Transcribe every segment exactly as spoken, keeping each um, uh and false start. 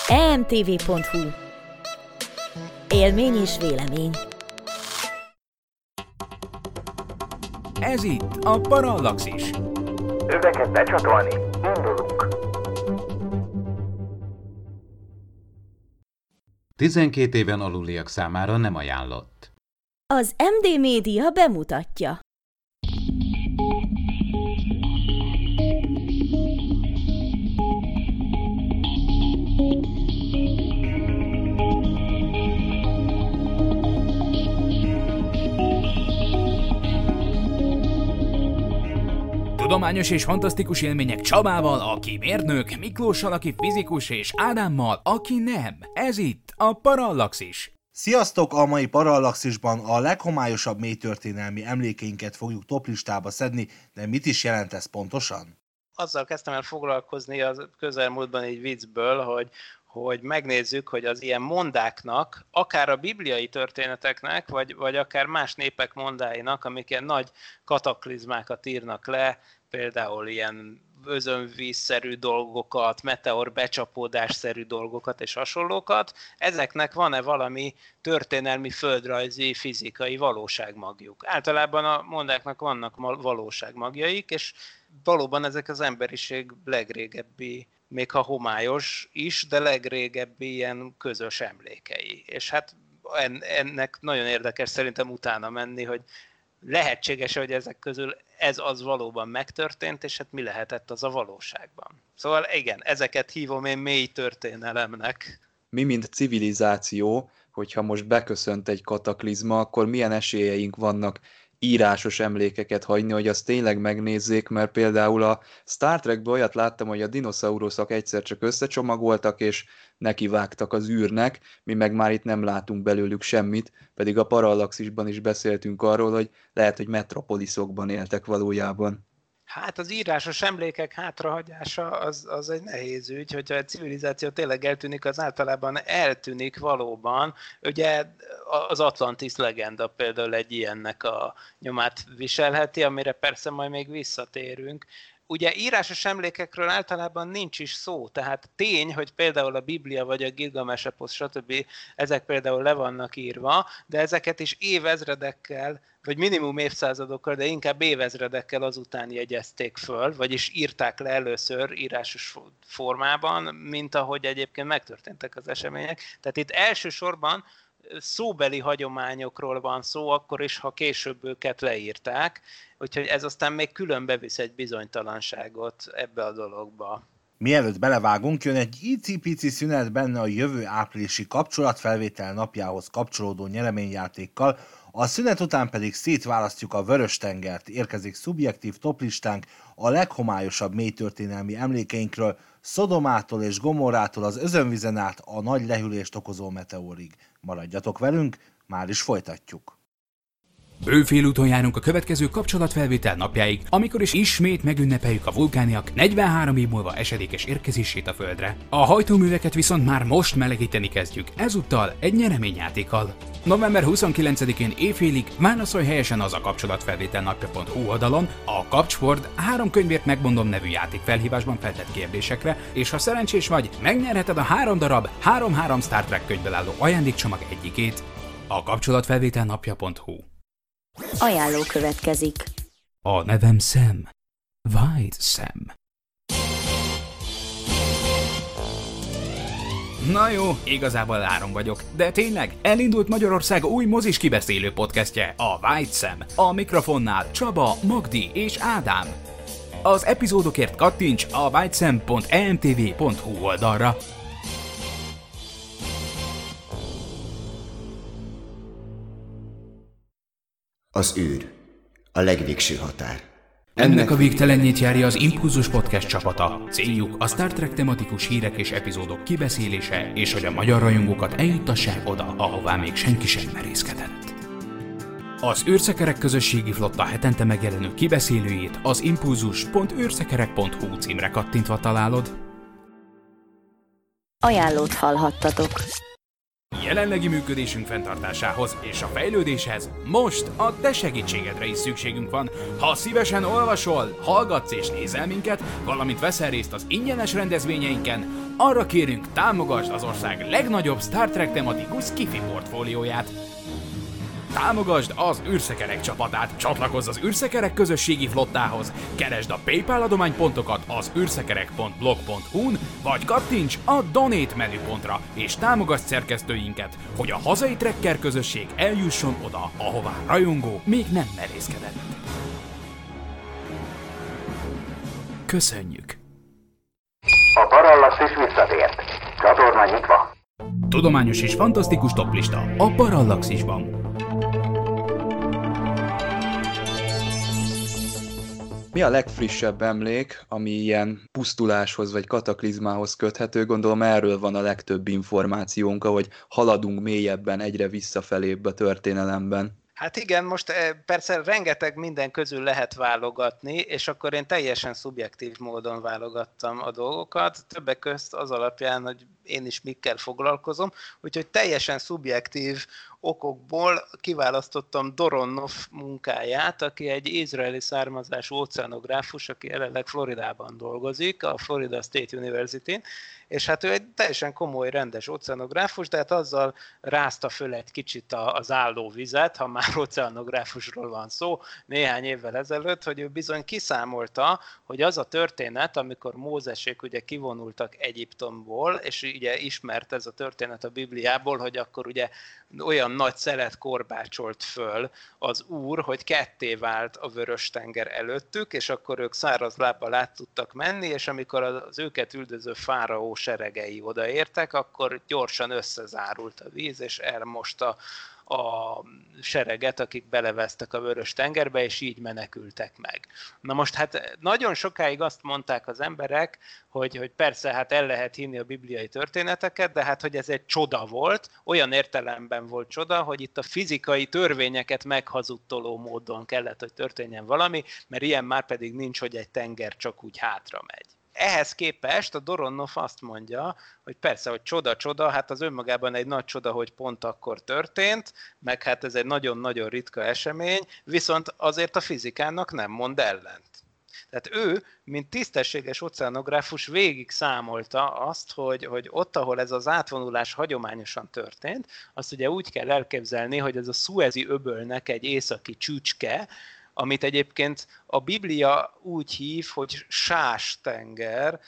e em té vé pont hú. Élmény és vélemény. Ez itt a Parallaxis. Öveket becsatolni, indulunk. tizenkét éven aluliak számára nem ajánlott. Az em dé Média bemutatja. Tudományos és fantasztikus élmények Csabával, aki mérnök, Miklóssal, aki fizikus, és Ádámmal, aki nem. Ez itt a Parallaxis. Sziasztok! A mai Parallaxisban a leghomályosabb mélytörténelmi emlékeinket fogjuk toplistába szedni, de mit is jelent ez pontosan? Azzal kezdtem el foglalkozni a közelmúltban egy viccből, hogy, hogy megnézzük, hogy az ilyen mondáknak, akár a bibliai történeteknek, vagy, vagy akár más népek mondáinak, amik ilyen nagy kataklizmákat írnak le, például ilyen özönvízszerű dolgokat, meteor becsapódásszerű dolgokat és hasonlókat, ezeknek van-e valami történelmi, földrajzi, fizikai valóságmagjuk? Általában a mondáknak vannak valóságmagjaik, és valóban ezek az emberiség legrégebbi, még ha homályos is, de legrégebbi ilyen közös emlékei. És hát ennek nagyon érdekes szerintem utána menni, hogy lehetséges, hogy ezek közül ez az valóban megtörtént, és hát mi lehetett az a valóságban. Szóval igen, ezeket hívom én mély történelemnek. Mi, mint civilizáció, hogyha most beköszönt egy kataklizma, akkor milyen esélyeink vannak írásos emlékeket hagyni, hogy azt tényleg megnézzék, mert például a Star Trekben olyat láttam, hogy a dinoszauruszok egyszer csak összecsomagoltak, és nekivágtak az űrnek, mi meg már itt nem látunk belőlük semmit, pedig a Parallaxisban is beszéltünk arról, hogy lehet, hogy metropoliszokban éltek valójában. Hát az írásos emlékek hátrahagyása az, az egy nehéz ügy, hogyha egy civilizáció tényleg eltűnik, az általában eltűnik valóban. Ugye az Atlantis legenda például egy ilyennek a nyomát viselheti, amire persze majd még visszatérünk. Ugye írásos emlékekről általában nincs is szó, tehát tény, hogy például a Biblia vagy a Gilgamesh-eposz, stb. Ezek például le vannak írva, de ezeket is évezredekkel, vagy minimum évszázadokkal, de inkább évezredekkel azután jegyezték föl, vagyis írták le először írásos formában, mint ahogy egyébként megtörténtek az események. Tehát itt elsősorban szóbeli hagyományokról van szó, akkor is, ha később őket leírták, úgyhogy ez aztán még külön bevisz egy bizonytalanságot ebbe a dologba. Mielőtt belevágunk, jön egy icipici szünet benne a jövő áprilisi kapcsolatfelvétel napjához kapcsolódó nyereményjátékkal, a szünet után pedig szétválasztjuk a Vörös-tengert, érkezik szubjektív toplistánk a leghomályosabb mélytörténelmi emlékeinkről, Szodomától és Gomorrától az özönvizen át a nagy lehűlést okozó meteorig. Maradjatok velünk, már is folytatjuk. Bőfélúton járunk a következő kapcsolatfelvétel napjáig, amikor is ismét megünnepeljük a vulkániak negyvenhárom év múlva esedékes érkezését a Földre. A hajtóműveket viszont már most melegíteni kezdjük, ezúttal egy nyereményjátékkal. november huszonkilencedikén éjfélig válaszolj helyesen az a kapcsolatfelvétel napja pont hú oldalon a Kapcsport három könyvért megmondom nevű játék felhívásban feltett kérdésekre, és ha szerencsés vagy, megnyerheted a három darab három három Star Trek könyvből álló ajándékcsomag egyikét. A kapcsolatfelvétel napja pont hú. Ajánló következik. A nevem Sam. White Sam. Na jó, igazából Áron vagyok, de tényleg elindult Magyarország új mozis kibeszélő podcastje, a White Sam. A mikrofonnál Csaba, Magdi és Ádám. Az epizódokért kattints a whitesam pont e em té vé pont hú oldalra. Az űr. A legvégső határ. Ennek a végtelenjét járja az Impulzus Podcast csapata. Céljuk a Star Trek tematikus hírek és epizódok kibeszélése, és hogy a magyar rajongókat eljuttassák oda, ahová még senki sem merészkedett. Az űrszekerek közösségi flotta hetente megjelenő kibeszélőjét az impulzus pont űrszekerek pont hú címre kattintva találod. Ajánlót hallhattatok. jelenlegi működésünk fenntartásához és a fejlődéshez most a te segítségedre is szükségünk van. Ha szívesen olvasol, hallgatsz és nézel minket, valamint veszel részt az ingyenes rendezvényeinken, arra kérünk, támogasd az ország legnagyobb Star Trek tematikus sci-fi portfólióját. Támogasd az űrszekerek csapatát, csatlakozz az űrszekerek közösségi flottához, keresd a PayPal adománypontokat az űrszekerek pont blog pont hu-n, vagy kattints a Donate menüpontra, és támogasd szerkesztőinket, hogy a hazai trekker közösség eljusson oda, ahová rajongó még nem merészkedett. Köszönjük! A Parallax is visszatért. Csatorna nyitva. Tudományos és fantasztikus toplista a Parallaxisban. Mi a legfrissebb emlék, ami ilyen pusztuláshoz vagy kataklizmához köthető? Gondolom erről van a legtöbb információnk, ahogy haladunk mélyebben, egyre visszafelébb a történelemben. Hát igen, most persze rengeteg minden közül lehet válogatni, és akkor én teljesen szubjektív módon válogattam a dolgokat, többek közt az alapján, hogy én is mikkel foglalkozom, úgyhogy teljesen szubjektív okokból kiválasztottam Doronoff munkáját, aki egy izraeli származású oceanográfus, aki jelenleg Floridában dolgozik, a Florida State University-n, és hát ő egy teljesen komoly, rendes oceanográfus, de hát azzal rázta föl egy kicsit az állóvizet, ha már oceanográfusról van szó, néhány évvel ezelőtt, hogy ő bizony kiszámolta, hogy az a történet, amikor Mózesék ugye kivonultak Egyiptomból, és ugye ismert ez a történet a Bibliából, hogy akkor ugye olyan nagy szelet korbácsolt föl az Úr, hogy ketté vált a Vörös-tenger előttük, és akkor ők száraz lábbal át tudtak menni, és amikor az őket üldöző fáraó seregei odaértek, akkor gyorsan összezárult a víz, és elmosta a sereget, akik belevesztek a Vörös-tengerbe, és így menekültek meg. Na most hát nagyon sokáig azt mondták az emberek, hogy, hogy persze hát el lehet hinni a bibliai történeteket, de hát hogy ez egy csoda volt, olyan értelemben volt csoda, hogy itt a fizikai törvényeket meghazudtoló módon kellett, hogy történjen valami, mert ilyen már pedig nincs, hogy egy tenger csak úgy hátra megy. Ehhez képest a Doronoff azt mondja, hogy persze, hogy csoda-csoda, hát az önmagában egy nagy csoda, hogy pont akkor történt, meg hát ez egy nagyon-nagyon ritka esemény, viszont azért a fizikának nem mond ellent. Tehát ő, mint tisztességes oceanográfus végig számolta azt, hogy, hogy ott, ahol ez az átvonulás hagyományosan történt, azt ugye úgy kell elképzelni, hogy ez a Szuezi öbölnek egy északi csücske, amit egyébként a Biblia úgy hív, hogy Sás-tenger,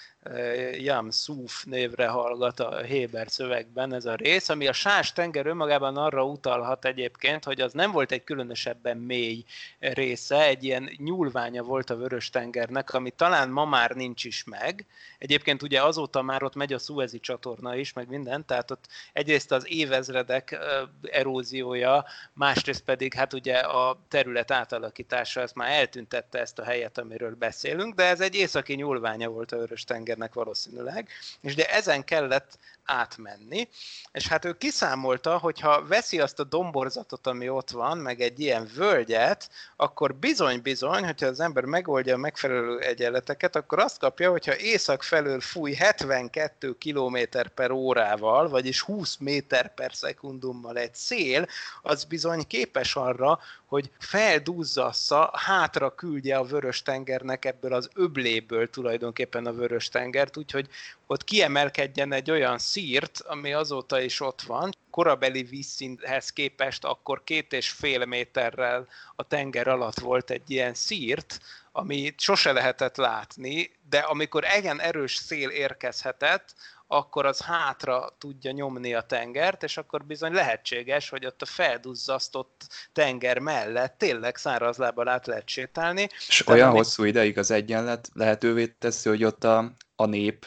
Yam Suf névre hallgat a héber szövegben ez a rész, ami a Sás-tenger önmagában arra utalhat egyébként, hogy az nem volt egy különösebben mély része, egy ilyen nyúlványa volt a Vörös-tengernek, ami talán ma már nincs is meg. Egyébként ugye azóta már ott megy a Szuezi csatorna is, meg minden, tehát ott egyrészt az évezredek eróziója, másrészt pedig hát ugye a terület átalakítása, ezt már eltüntette ezt a helyet, amiről beszélünk, de ez egy északi nyúlványa volt a Vörös-tengernek valószínűleg, és ugye ezen kellett átmenni, és hát ő kiszámolta, hogy ha veszi azt a domborzatot, ami ott van, meg egy ilyen völgyet, akkor bizony-bizony, hogyha az ember megoldja a megfelelő egyenleteket, akkor azt kapja, hogyha észak felől fúj hetvenkettő kilométer per órával, vagyis húsz méter per szekundummal egy szél, az bizony képes arra, hogy felduzzassza, hátra küldje a Vörös-tengernek ebből az öbléből tulajdonképpen a Vörös-tengert, úgyhogy ott kiemelkedjen egy olyan szírt, ami azóta is ott van. Korabeli vízszinthez képest akkor két és fél méterrel a tenger alatt volt egy ilyen szírt, amit sose lehetett látni, de amikor igen erős szél érkezhetett, akkor az hátra tudja nyomni a tengert, és akkor bizony lehetséges, hogy ott a felduzzasztott tenger mellett tényleg szárazlábbal át lehet sétálni. És olyan amíg... hosszú ideig az egyenlet lehetővé teszi, hogy ott a, a nép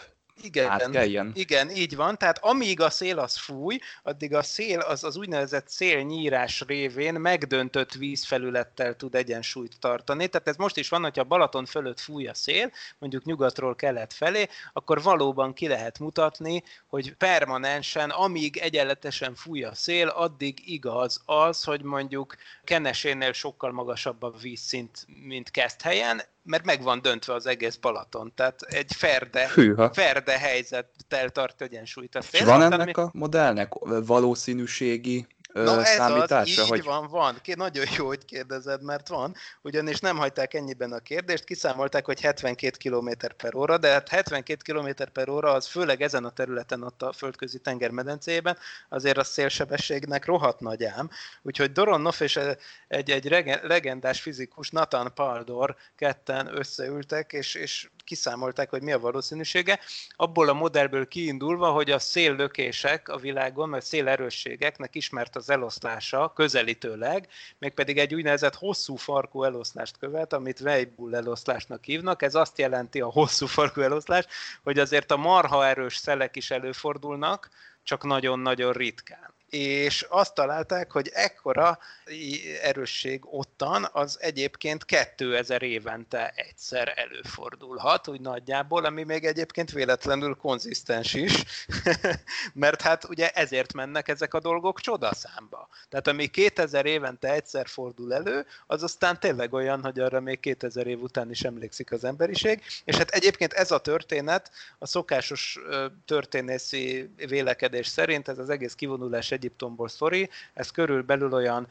Igen, igen, így van. Tehát amíg a szél az fúj, addig a szél az, az úgynevezett szélnyírás révén megdöntött vízfelülettel tud egyensúlyt tartani. Tehát ez most is van, hogyha Balaton fölött fúj a szél, mondjuk nyugatról kelet felé, akkor valóban ki lehet mutatni, hogy permanensen, amíg egyenletesen fúj a szél, addig igaz az, hogy mondjuk Kenesénél sokkal magasabb a vízszint, mint Keszthelyen, mert meg van döntve az egész Balaton. Tehát egy ferde, ferde helyzettel tart egyensúlyt. És van ennek ami... a modellnek valószínűségi Na számítása? ez az, így hogy... van, van. Nagyon jó, hogy kérdezed, mert van. Ugyanis nem hagyták ennyiben a kérdést, kiszámolták, hogy hetvenkét kilométer per óra, de hát hetvenkét kilométer per óra az főleg ezen a területen, ott a földközi tenger medencéjében, azért a szélsebességnek rohadt nagy ám. Úgyhogy Doron Noff és egy, egy legendás fizikus, Nathan Paldor ketten összeültek, és, és kiszámolták, hogy mi a valószínűsége. Abból a modellből kiindulva, hogy a széllökések a világon, vagy szélerősségeknek ismert az eloszlása közelítőleg, mégpedig egy úgynevezett hosszú farkú eloszlást követ, amit Weibull eloszlásnak hívnak. Ez azt jelenti, a hosszú farkú eloszlás, hogy azért a marha erős szelek is előfordulnak, csak nagyon-nagyon ritkán. És azt találták, hogy ekkora erősség ottan az egyébként kétezer évente egyszer előfordulhat, úgy nagyjából, ami még egyébként véletlenül konzisztens is, mert hát ugye ezért mennek ezek a dolgok csodaszámba. Tehát ami kétezer évente egyszer fordul elő, az aztán tényleg olyan, hogy arra még kétezer év után is emlékszik az emberiség, és hát egyébként ez a történet a szokásos történészi vélekedés szerint, ez az egész kivonulás Egyiptomból sztori, ez körülbelül olyan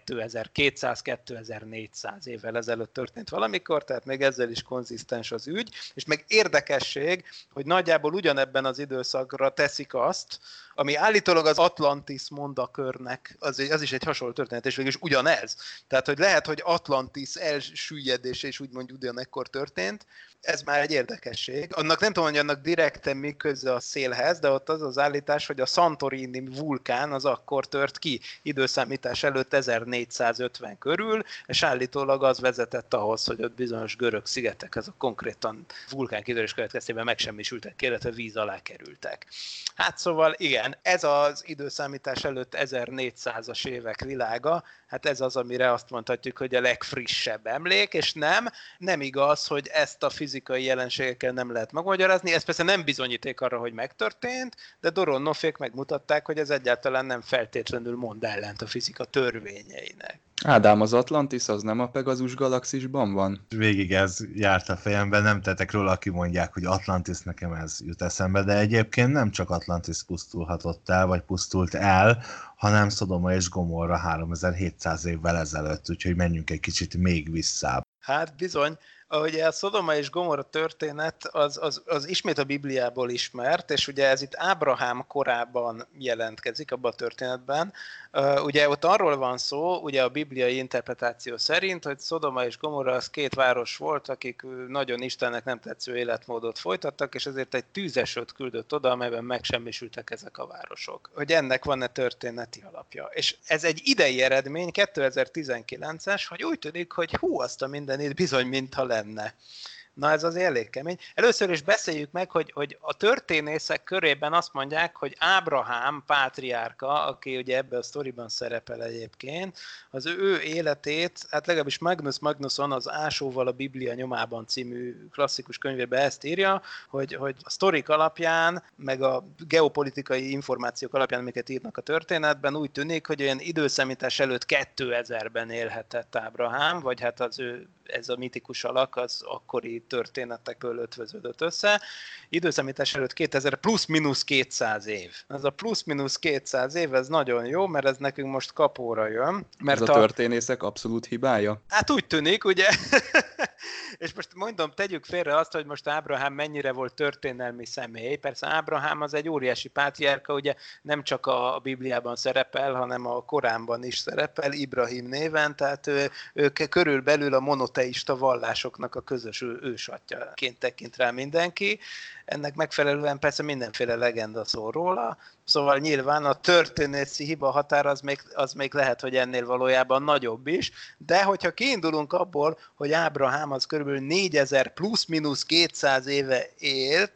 kétezer-kétszáz-kétezer-négyszáz évvel ezelőtt történt valamikor, tehát még ezzel is konzisztens az ügy, és meg érdekesség, hogy nagyjából ugyanebben az időszakra teszik azt, ami állítólag az Atlantis mondakörnek, az, az is egy hasonló történet, és végül is ugyanez. Tehát, hogy lehet, hogy Atlantis elsüllyedése is úgymond ugyanekkor történt, ez már egy érdekesség. Annak nem tudom, hogy annak direkten mi köze a szélhez, de ott az az állítás, hogy a Santorini vulkán az akkor tört ki, időszámítás előtt ezernégyszázötven körül, és állítólag az vezetett ahhoz, hogy ott bizonyos görög szigetek, azok konkrétan vulkánkitörés következtében megsemmisültek, illetve víz alá kerültek. Hát szóval igen, ez az időszámítás előtt ezernégyszázas évek világa, hát ez az, amire azt mondhatjuk, hogy a legfrissebb emlék, és nem, nem igaz, hogy ezt a fizikai jelenségekkel nem lehet megmagyarázni. Ez persze nem bizonyíték arra, hogy megtörtént, de Doron Noffék megmutatták, hogy ez egyáltalán nem feltétlenül mond ellent a fizika törvényeinek. Ádám, az Atlantis az nem a Pegazus galaxisban van? Végig ez járt a fejemben, nem tettek róla, aki mondják, hogy Atlantis, nekem ez jut eszembe, de egyébként nem csak Atlantis pusztulhatott el, vagy pusztult el, hanem Szodoma és Gomorra háromezer-hétszáz évvel ezelőtt, úgyhogy menjünk egy kicsit még visszább. Hát bizony. Ugye a Szodoma és Gomorra történet az, az, az ismét a Bibliából ismert, és ugye ez itt Ábrahám korában jelentkezik abban a történetben. Uh, ugye ott arról van szó, ugye a bibliai interpretáció szerint, hogy Szodoma és Gomorra az két város volt, akik nagyon Istennek nem tetsző életmódot folytattak, és ezért egy tűzesőt küldött oda, amelyben megsemmisültek ezek a városok. Hogy ennek van-e történeti alapja. És ez egy idei eredmény, kétezer-tizenkilences, hogy úgy tűnik, hogy hú, azt a mindenit bizony, mintha lenne. Na ez az elég kemény. Először is beszéljük meg, hogy, hogy a történészek körében azt mondják, hogy Ábrahám pátriárka, aki ugye ebben a sztoriban szerepel egyébként, az ő életét, hát legalábbis Magnus Magnusson az Ásóval a Biblia nyomában című klasszikus könyvében ezt írja, hogy, hogy a sztorik alapján, meg a geopolitikai információk alapján, amiket írnak a történetben, úgy tűnik, hogy olyan időszámítás előtt kétezerben élhetett Ábrahám, vagy hát az ő, ez a mitikus alak, az akkori történetekből ötvöződött össze. Időszámítás előtt kétezer plusz-minusz kétszáz év. Ez a plusz-minusz kétszáz év, ez nagyon jó, mert ez nekünk most kapóra jön. Mert ez a történészek abszolút hibája? Hát úgy tűnik, ugye? És most mondom, tegyük félre azt, hogy most Ábrahám mennyire volt történelmi személy. Persze Ábrahám az egy óriási pátriárka, ugye nem csak a Bibliában szerepel, hanem a Koránban is szerepel, Ibrahim néven, tehát ő, ők körülbelül a monoteista vallásoknak a közös ősatjaként tekint rá mindenki. Ennek megfelelően persze mindenféle legenda szól róla, szóval nyilván a történészi hiba határ az még, az még lehet, hogy ennél valójában nagyobb is, de hogyha kiindulunk abból, hogy Ábrahám az körülbelül négyezer plusz-minusz kétszáz éve élt,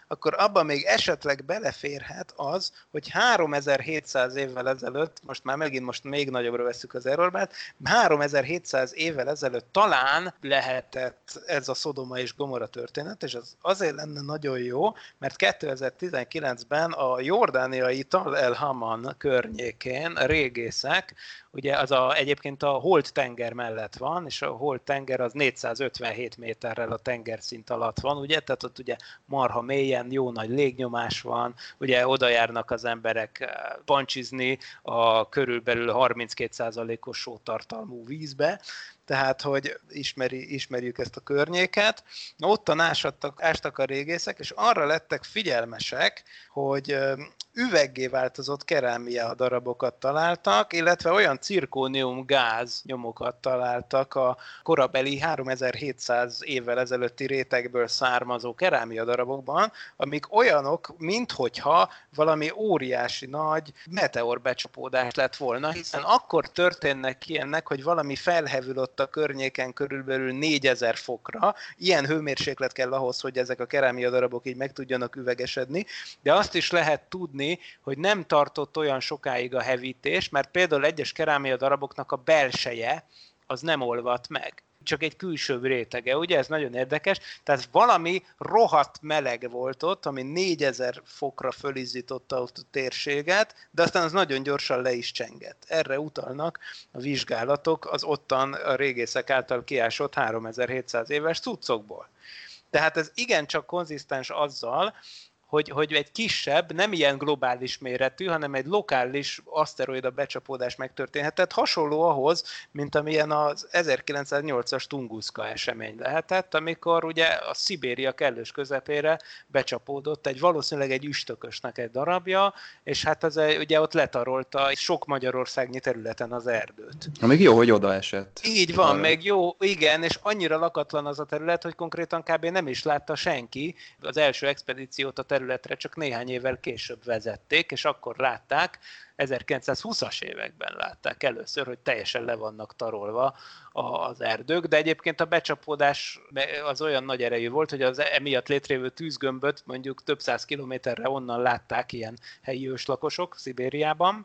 akkor abban még esetleg beleférhet az, hogy háromezer-hétszáz évvel ezelőtt, most már megint most még nagyobbra vesszük az errorbát, háromezer-hétszáz évvel ezelőtt talán lehetett ez a Szodoma és Gomorra történet, és az azért lenne nagyon jó, mert kétezer-tizenkilencben a jordániai Tal el Haman környékén a régészek, ugye az a, egyébként a Holt-tenger mellett van, és a Holt-tenger az négyszázötvenhét méterrel a tengerszint alatt van, ugye, tehát ott ugye marha mélyen, jó nagy légnyomás van, ugye oda járnak az emberek pancsizni a körülbelül harminckét százalékos sótartalmú vízbe, tehát, hogy ismeri, ismerjük ezt a környéket. Ottan ásattak, ástak a régészek, és arra lettek figyelmesek, hogy üveggé változott kerámia darabokat találtak, illetve olyan cirkónium gáz nyomokat találtak a korabeli háromezer-hétszáz évvel ezelőtti rétegből származó kerámia darabokban, amik olyanok, minthogyha valami óriási nagy meteorbecsapódás lett volna, hiszen akkor történnek ilyennek, hogy valami felhevül ott a környéken körülbelül négyezer fokra. Ilyen hőmérséklet kell ahhoz, hogy ezek a kerámia darabok így meg tudjanak üvegesedni, de azt is lehet tudni, hogy nem tartott olyan sokáig a hevítés, mert például egyes kerámia daraboknak a belseje az nem olvadt meg. Csak egy külső rétege, ugye? Ez nagyon érdekes. Tehát valami rohadt meleg volt ott, ami négyezer fokra fölizzította ott a térséget, de aztán az nagyon gyorsan le is csengett. Erre utalnak a vizsgálatok az ottan a régészek által kiásott háromezer-hétszáz éves cuccokból. Tehát ez igencsak konzisztens azzal, Hogy, hogy egy kisebb, nem ilyen globális méretű, hanem egy lokális aszteroida becsapódás megtörténhetett, hasonló ahhoz, mint amilyen az ezerkilencszáznyolcas Tunguszka esemény lehetett, amikor ugye a Szibéria kellős közepére becsapódott egy valószínűleg egy üstökösnek egy darabja, és hát az ugye ott letarolta sok magyarországnyi területen az erdőt. Még jó, hogy oda esett. Így van, arra. Meg jó, igen, és annyira lakatlan az a terület, hogy konkrétan kb. Nem is látta senki. Az első expedíciót a területre csak néhány évvel később vezették, és akkor látták, ezerkilencszázhúszas években látták először, hogy teljesen le vannak tarolva az erdők, de egyébként a becsapódás az olyan nagy erejű volt, hogy az emiatt létrejövő tűzgömböt mondjuk több száz kilométerre onnan látták ilyen helyi őslakosok Szibériában,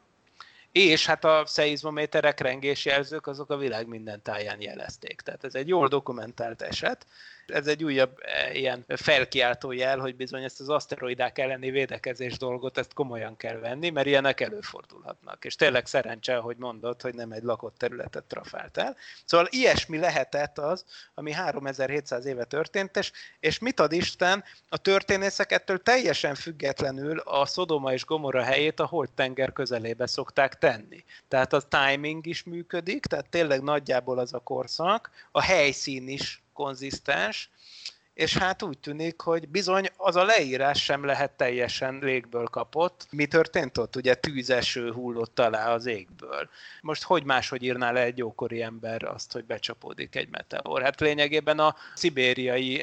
és hát a szeizmométerek, rengésjelzők azok a világ minden táján jelezték. Tehát ez egy jól dokumentált eset. Ez egy újabb ilyen felkiáltó jel, hogy bizony ezt az aszteroidák elleni védekezés dolgot, ezt komolyan kell venni, mert ilyenek előfordulhatnak. És tényleg szerencse, hogy mondod, hogy nem egy lakott területet trafált el. Szóval ilyesmi lehetett az, ami háromezer-hétszáz éve történt, és, és mit ad Isten, a történészek ettől teljesen függetlenül a Szodoma és Gomorra helyét a Holt-tenger közelébe szokták tenni. Tehát a timing is működik, tehát tényleg nagyjából az a korszak, a helyszín is konzisztens, és hát úgy tűnik, hogy bizony az a leírás sem lehet teljesen légből kapott. Mi történt ott? Ugye tűzeső hullott alá az égből. Most hogy máshogy írná le egy jókori ember azt, hogy becsapódik egy meteor? Hát lényegében a szibériai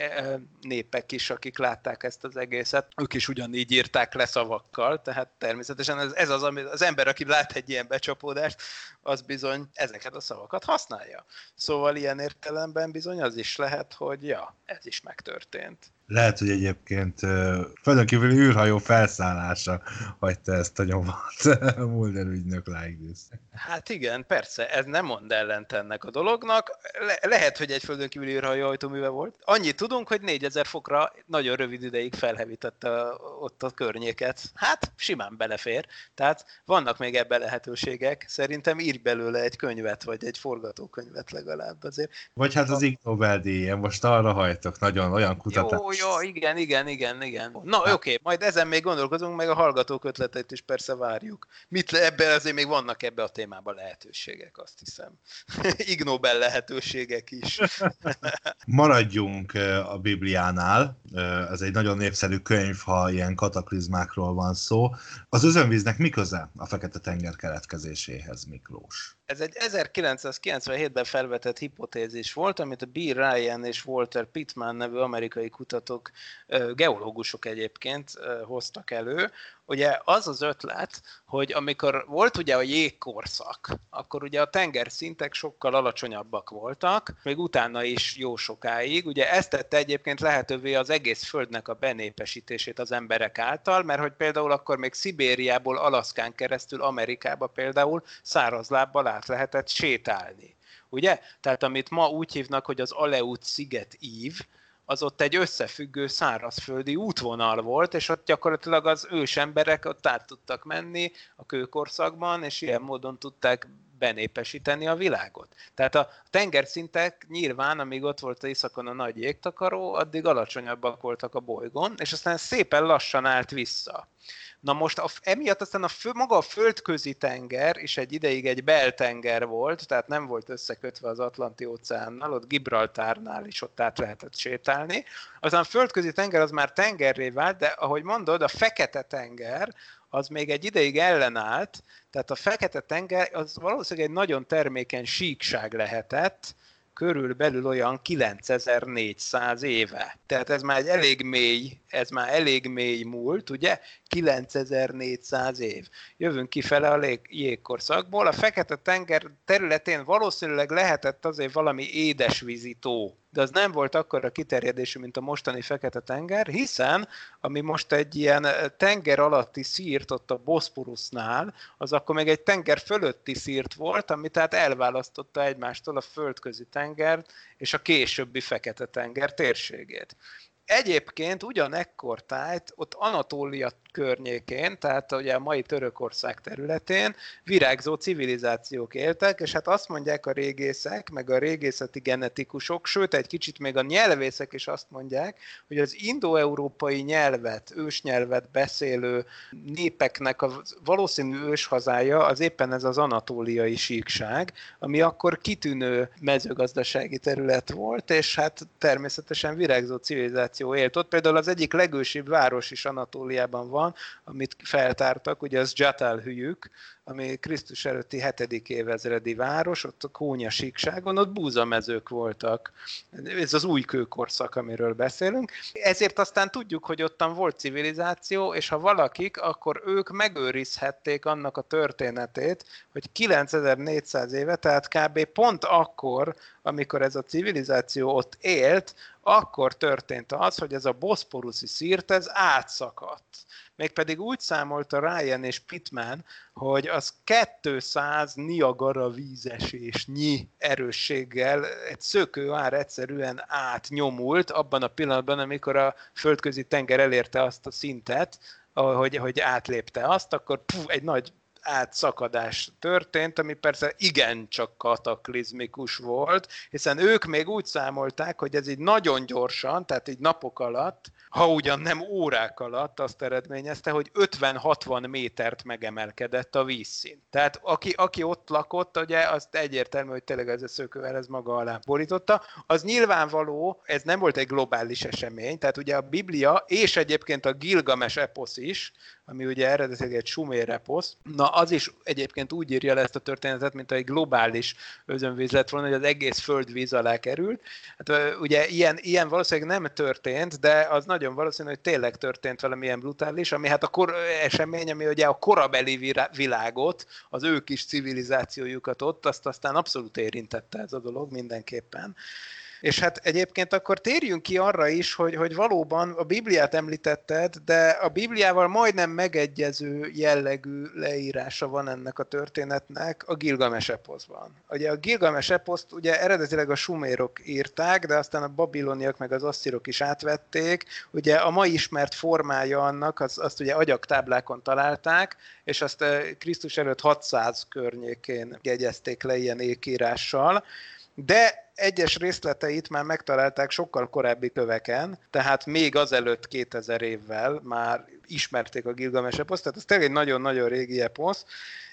népek is, akik látták ezt az egészet, ők is ugyanígy írták le szavakkal, tehát természetesen ez, ez az, ami, az ember, aki lát egy ilyen becsapódást, az bizony ezeket a szavakat használja. Szóval ilyen értelemben bizony az is lehet, hogy ja, ez is megtörtént. Lehet, hogy egyébként földön kívüli űrhajó felszállása hagyta ezt a nyomat Mulder ügynök lájgősznek. Hát igen, persze, ez nem mond ellent ennek a dolognak. Le- lehet, hogy egy földön kívüli űrhajó hajtóműve volt. Annyit tudunk, hogy négyezer fokra nagyon rövid ideig felhevítette ott a környéket. Hát simán belefér. Tehát vannak még ebben lehetőségek. Szerintem írj belőle egy könyvet, vagy egy forgatókönyvet legalább azért. Vagy hát az Ig Nobel-díj, én most arra hajtok, nagyon olyan kutatás. Jó, jó, igen, igen, igen, igen. Na, oké, okay, majd ezen még gondolkozunk, meg a hallgatók ötleteit is persze várjuk. Mit ebben azért még vannak ebbe a témában lehetőségek, azt hiszem. Ig Nobel lehetőségek is. Maradjunk a Bibliánál. Ez egy nagyon népszerű könyv, ha ilyen kataklizmákról van szó. Az özönvíznek mi köze a Fekete-tenger keletkezéséhez, Miklós? Ez egy ezerkilencszázkilencvenhétben felvetett hipotézis volt, amit a B. Ryan és Walter Pittman nevű amerikai kutatók kutatók, geológusok egyébként hoztak elő. Ugye az az ötlet, hogy amikor volt ugye a jégkorszak, akkor ugye a tengerszintek sokkal alacsonyabbak voltak, még utána is jó sokáig. Ugye ezt tette egyébként lehetővé az egész Földnek a benépesítését az emberek által, mert hogy például akkor még Szibériából Alaszkán keresztül Amerikába például szárazlábbal át lehetett sétálni. Ugye? Tehát amit ma úgy hívnak, hogy az Aleut sziget ív, az ott egy összefüggő szárazföldi útvonal volt, és ott gyakorlatilag az ősemberek ott át tudtak menni a kőkorszakban, és ilyen módon tudták benépesíteni a világot. Tehát a tengerszintek nyilván, amíg ott volt az északon a nagy jégtakaró, addig alacsonyabbak voltak a bolygón, és aztán szépen lassan állt vissza. Na most a, emiatt aztán a fő, maga a földközi tenger is egy ideig egy beltenger volt, tehát nem volt összekötve az Atlanti óceánnal, ott Gibraltárnál is ott át lehetett sétálni. Aztán a földközi tenger az már tengerré vált, de ahogy mondod, a fekete tenger az még egy ideig ellenállt, tehát a fekete tenger az valószínűleg egy nagyon termékeny síkság lehetett, körülbelül olyan kilencezer-négyszáz éve. Tehát ez már egy elég mély, ez már elég mély múlt, ugye? kilencezer-négyszáz év. Jövünk kifele a lég, jégkorszakból. A Fekete-tenger területén valószínűleg lehetett azért valami édesvízi tó, de az nem volt akkora kiterjedésű, mint a mostani Fekete-tenger, hiszen ami most egy ilyen tenger alatti szírt ott a Boszporusznál, az akkor még egy tenger fölötti szírt volt, ami tehát elválasztotta egymástól a földközi tengert és a későbbi Fekete-tenger térségét. Egyébként ugyanekkor tájt, ott Anatólia környékén, tehát ugye a mai Törökország területén virágzó civilizációk éltek, és hát azt mondják a régészek, meg a régészeti genetikusok, sőt egy kicsit még a nyelvészek is azt mondják, hogy az indoeurópai nyelvet, ősnyelvet beszélő népeknek a valószínű őshazája az éppen ez az anatóliai síkság, ami akkor kitűnő mezőgazdasági terület volt, és hát természetesen virágzó civilizáció élt ott. Például az egyik legősibb város is Anatóliában van, amit feltártak, ugye az Dzsatal-hülyük, ami Krisztus előtti hetedik évezredi város, ott a Kónya síkságon, ott búzamezők voltak. Ez az új kőkorszak, amiről beszélünk. Ezért aztán tudjuk, hogy ottan volt civilizáció, és ha valakik, akkor ők megőrizhették annak a történetét, hogy kilencezer-négyszáz éve, tehát kb. Pont akkor, amikor ez a civilizáció ott élt, akkor történt az, hogy ez a boszporuszi szírt, ez átszakadt. Mégpedig úgy számolta Ryan és Pittman, hogy az kétszáz Niagara vízesésnyi erősséggel egy szökőár egyszerűen átnyomult abban a pillanatban, amikor a földközi tenger elérte azt a szintet, hogy, hogy átlépte azt, akkor puf, egy nagy átszakadás történt, ami persze igencsak kataklizmikus volt, hiszen ők még úgy számolták, hogy ez így nagyon gyorsan, tehát így napok alatt, ha ugyan nem órák alatt azt eredményezte, hogy ötven-hatvan métert megemelkedett a vízszint. Tehát aki, aki ott lakott, ugye, azt egyértelmű, hogy tényleg ez a szökővel ez maga alá borította. Az nyilvánvaló, ez nem volt egy globális esemény, tehát ugye a Biblia és egyébként a Gilgames eposz is, ami ugye eredetileg egy sumér eposz, na az is egyébként úgy írja le ezt a történetet, mint egy globális özönvíz lett volna, hogy az egész föld víz alá került. Hát ugye ilyen, ilyen valószínűleg nem történt, de az nagyon valószínű, hogy tényleg történt valamilyen brutális, ami hát a kor esemény, ami ugye a korabeli világot, az ő kis civilizációjukat ott, azt aztán abszolút érintette ez a dolog mindenképpen. És hát egyébként akkor térjünk ki arra is, hogy, hogy valóban a Bibliát említetted, de a Bibliával majdnem megegyező jellegű leírása van ennek a történetnek a Gilgames eposzban. Ugye a Gilgames eposzt ugye eredetileg a sumérok írták, de aztán a babiloniak meg az asszírok is átvették. Ugye a mai ismert formája annak, az, azt ugye agyagtáblákon találták, és azt Krisztus előtt hatszáz környékén jegyezték le ilyen ékírással. De egyes részleteit már megtalálták sokkal korábbi köveken, tehát még azelőtt kétezer évvel már ismerték a Gilgames eposzt, tehát ez tényleg egy nagyon-nagyon régi eposz,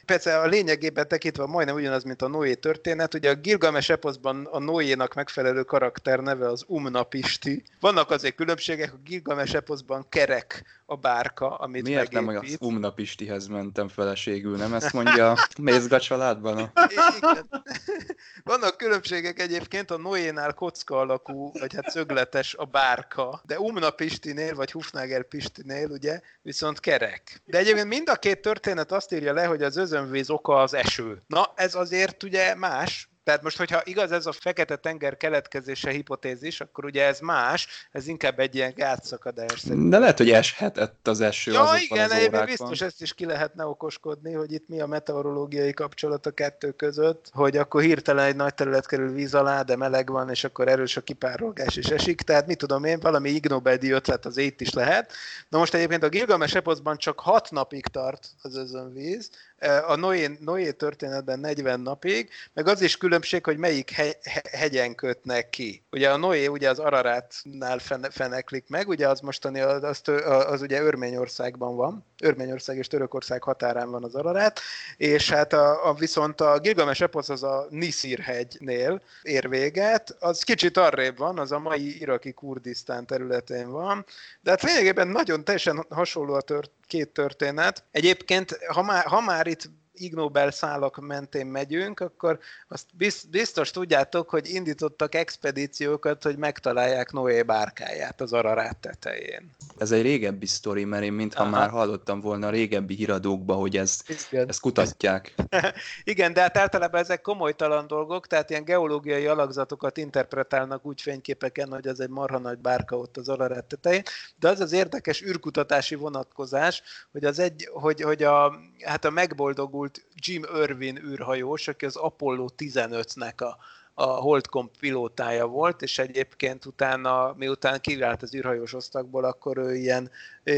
persze a lényegében tekintve majdnem ugyanaz, mint a Noé történet. Ugye a Gilgamesh eposzban a Noénak megfelelő karakter neve az Umnapisti. Vannak azért különbségek, a Gilgamesh eposzban kerek a bárka, amit Miért megépít. nem az Umnapistihez mentem feleségül, nem ezt mondja a Mézga családban? A... Igen. Vannak különbségek egyébként, a Noénál kocka alakú, vagy hát szögletes a bárka, de Umnapistinél, vagy Hufnagel Pistinél ugye viszont kerek. De egyébként mind a két történet azt írja le, hogy az özönvíz oka az eső. Na, ez azért ugye más. Tehát most, hogyha igaz ez a Fekete-tenger keletkezése hipotézis, akkor ugye ez más, ez inkább egy ilyen gátszakadás. De lehet, hogy eshetett az eső ja, azokban igen, az egyébként órákban. biztos ezt is ki lehetne okoskodni, hogy itt mi a meteorológiai kapcsolat a kettő között, hogy akkor hirtelen egy nagy terület kerül víz alá, de meleg van, és akkor erős a kipárolgás és esik. Tehát mit tudom én, valami Ig Nobel-díj ötlet az itt is lehet. Na most egyébként a Gilgamesh eposzban csak hat napig tart az özönvíz, a Noé, Noé történetben negyven napig, meg az is különbség, hogy melyik he, he, hegyen kötnek ki. Ugye a Noé ugye az Ararátnál fene, feneklik meg, ugye az mostani, az, az, az ugye Örményországban van, Örményország és Törökország határán van az Ararát, és hát a, a, viszont a Gilgamesh eposz az a Niszir hegynél ér véget, az kicsit arrébb van, az a mai iraki Kurdisztán területén van, de hát lényegében nagyon teljesen hasonló a tört, két történet. Egyébként, ha már, ha már itt Ig Nobel szálak mentén megyünk, akkor azt biztos tudjátok, hogy indítottak expedíciókat, hogy megtalálják Noé bárkáját az Ararát tetején. Ez egy régebbi sztori, mert én mintha Aha. már hallottam volna a régebbi híradókban, hogy ezt, ezt kutatják. Igen, de hát általában ezek komolytalan dolgok, tehát ilyen geológiai alakzatokat interpretálnak úgy fényképeken, hogy az egy marha nagy bárka ott az Ararát tetején, de az az érdekes űrkutatási vonatkozás, hogy, az egy, hogy, hogy a, hát a megboldogult Jim Irwin űrhajós, aki az Apollo tizenötnek a, a Holdcom pilótája volt, és egyébként utána, miután kivált az űrhajós osztagból, akkor ő ilyen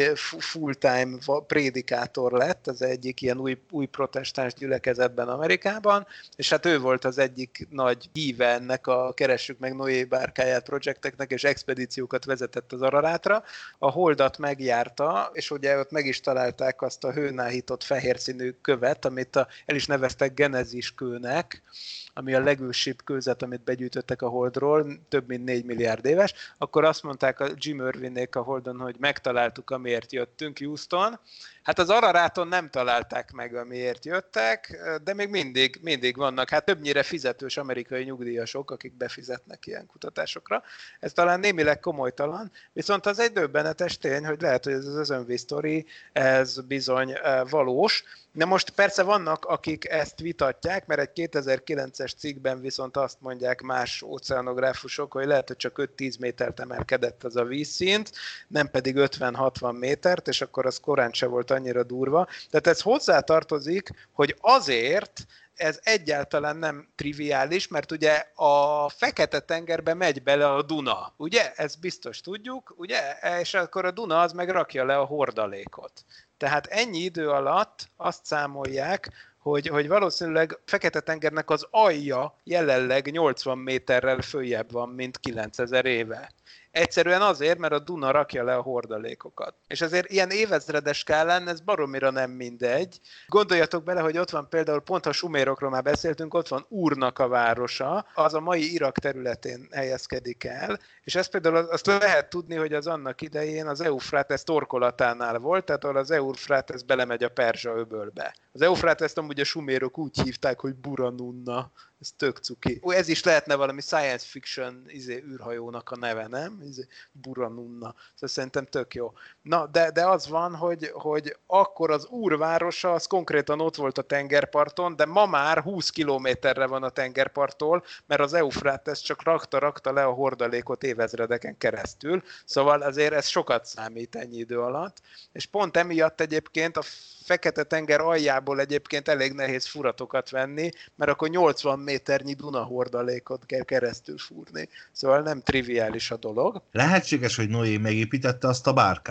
full-time prédikátor lett, az egyik ilyen új, új protestáns gyülekezetben Amerikában, és hát ő volt az egyik nagy híve ennek a Keressük meg Noé bárkáját projekteknek, és expedíciókat vezetett az Ararátra. A Holdat megjárta, és ugye ott meg is találták azt a hőnáhított fehér színű követ, amit a, el is neveztek Genezis kőnek, ami a legősibb kőzet, amit begyűjtöttek a Holdról, több mint négy milliárd éves, akkor azt mondták a Jim Irwinék a Holdon, hogy megtaláltuk, amiért jöttünk, Houston. Hát az Araráton nem találták meg, amiért jöttek, de még mindig, mindig vannak, hát többnyire fizetős amerikai nyugdíjasok, akik befizetnek ilyen kutatásokra. Ez talán némileg komolytalan, viszont az egy döbbenetes tény, hogy lehet, hogy ez az özönvíz sztori, ez bizony valós. De most persze vannak, akik ezt vitatják, mert egy kétezer-kilences cikkben viszont azt mondják más óceanográfusok, hogy lehet, hogy csak öt-tíz métert emelkedett az a vízszint, nem pedig ötven-hatvan métert, és akkor az korán se volt annyira durva. Tehát ez hozzátartozik, hogy azért ez egyáltalán nem triviális, mert ugye a Fekete-tengerbe megy bele a Duna, ugye? Ezt biztos tudjuk, ugye? És akkor a Duna az meg rakja le a hordalékot. Tehát ennyi idő alatt azt számolják, hogy, hogy valószínűleg Fekete-tengernek az alja jelenleg nyolcvan méterrel följebb van, mint kilencezer éve. Egyszerűen azért, mert a Duna rakja le a hordalékokat. És azért ilyen évezredes skálán ez baromira nem mindegy. Gondoljatok bele, hogy ott van például, pont ha sumérokról már beszéltünk, ott van Úrnak a városa, az a mai Irak területén helyezkedik el, és ezt például azt lehet tudni, hogy az annak idején az Eufrátesz torkolatánál volt, tehát ahol az Eufrátesz belemegy a Perzsa öbölbe. Az Eufráteszt amúgy a sumérok úgy hívták, hogy Buranunna. Ez tök cuki. Ez is lehetne valami science fiction izé, űrhajónak a neve, nem? Izé, Buranunna. Szóval szerintem tök jó. Na, de, de az van, hogy, hogy akkor az úrvárosa, az konkrétan ott volt a tengerparton, de ma már húsz kilométerre van a tengerparttól, mert az Eufrátesz csak rakta-rakta le a hordalékot évezredeken keresztül. Szóval azért ez sokat számít ennyi idő alatt. És pont emiatt egyébként a Fekete-tenger aljából egyébként elég nehéz furatokat venni, mert akkor nyolcvan méternyi Duna hordalékot kell keresztül fúrni. Szóval nem triviális a dolog. Lehetséges, hogy Noé megépítette azt a bárkát?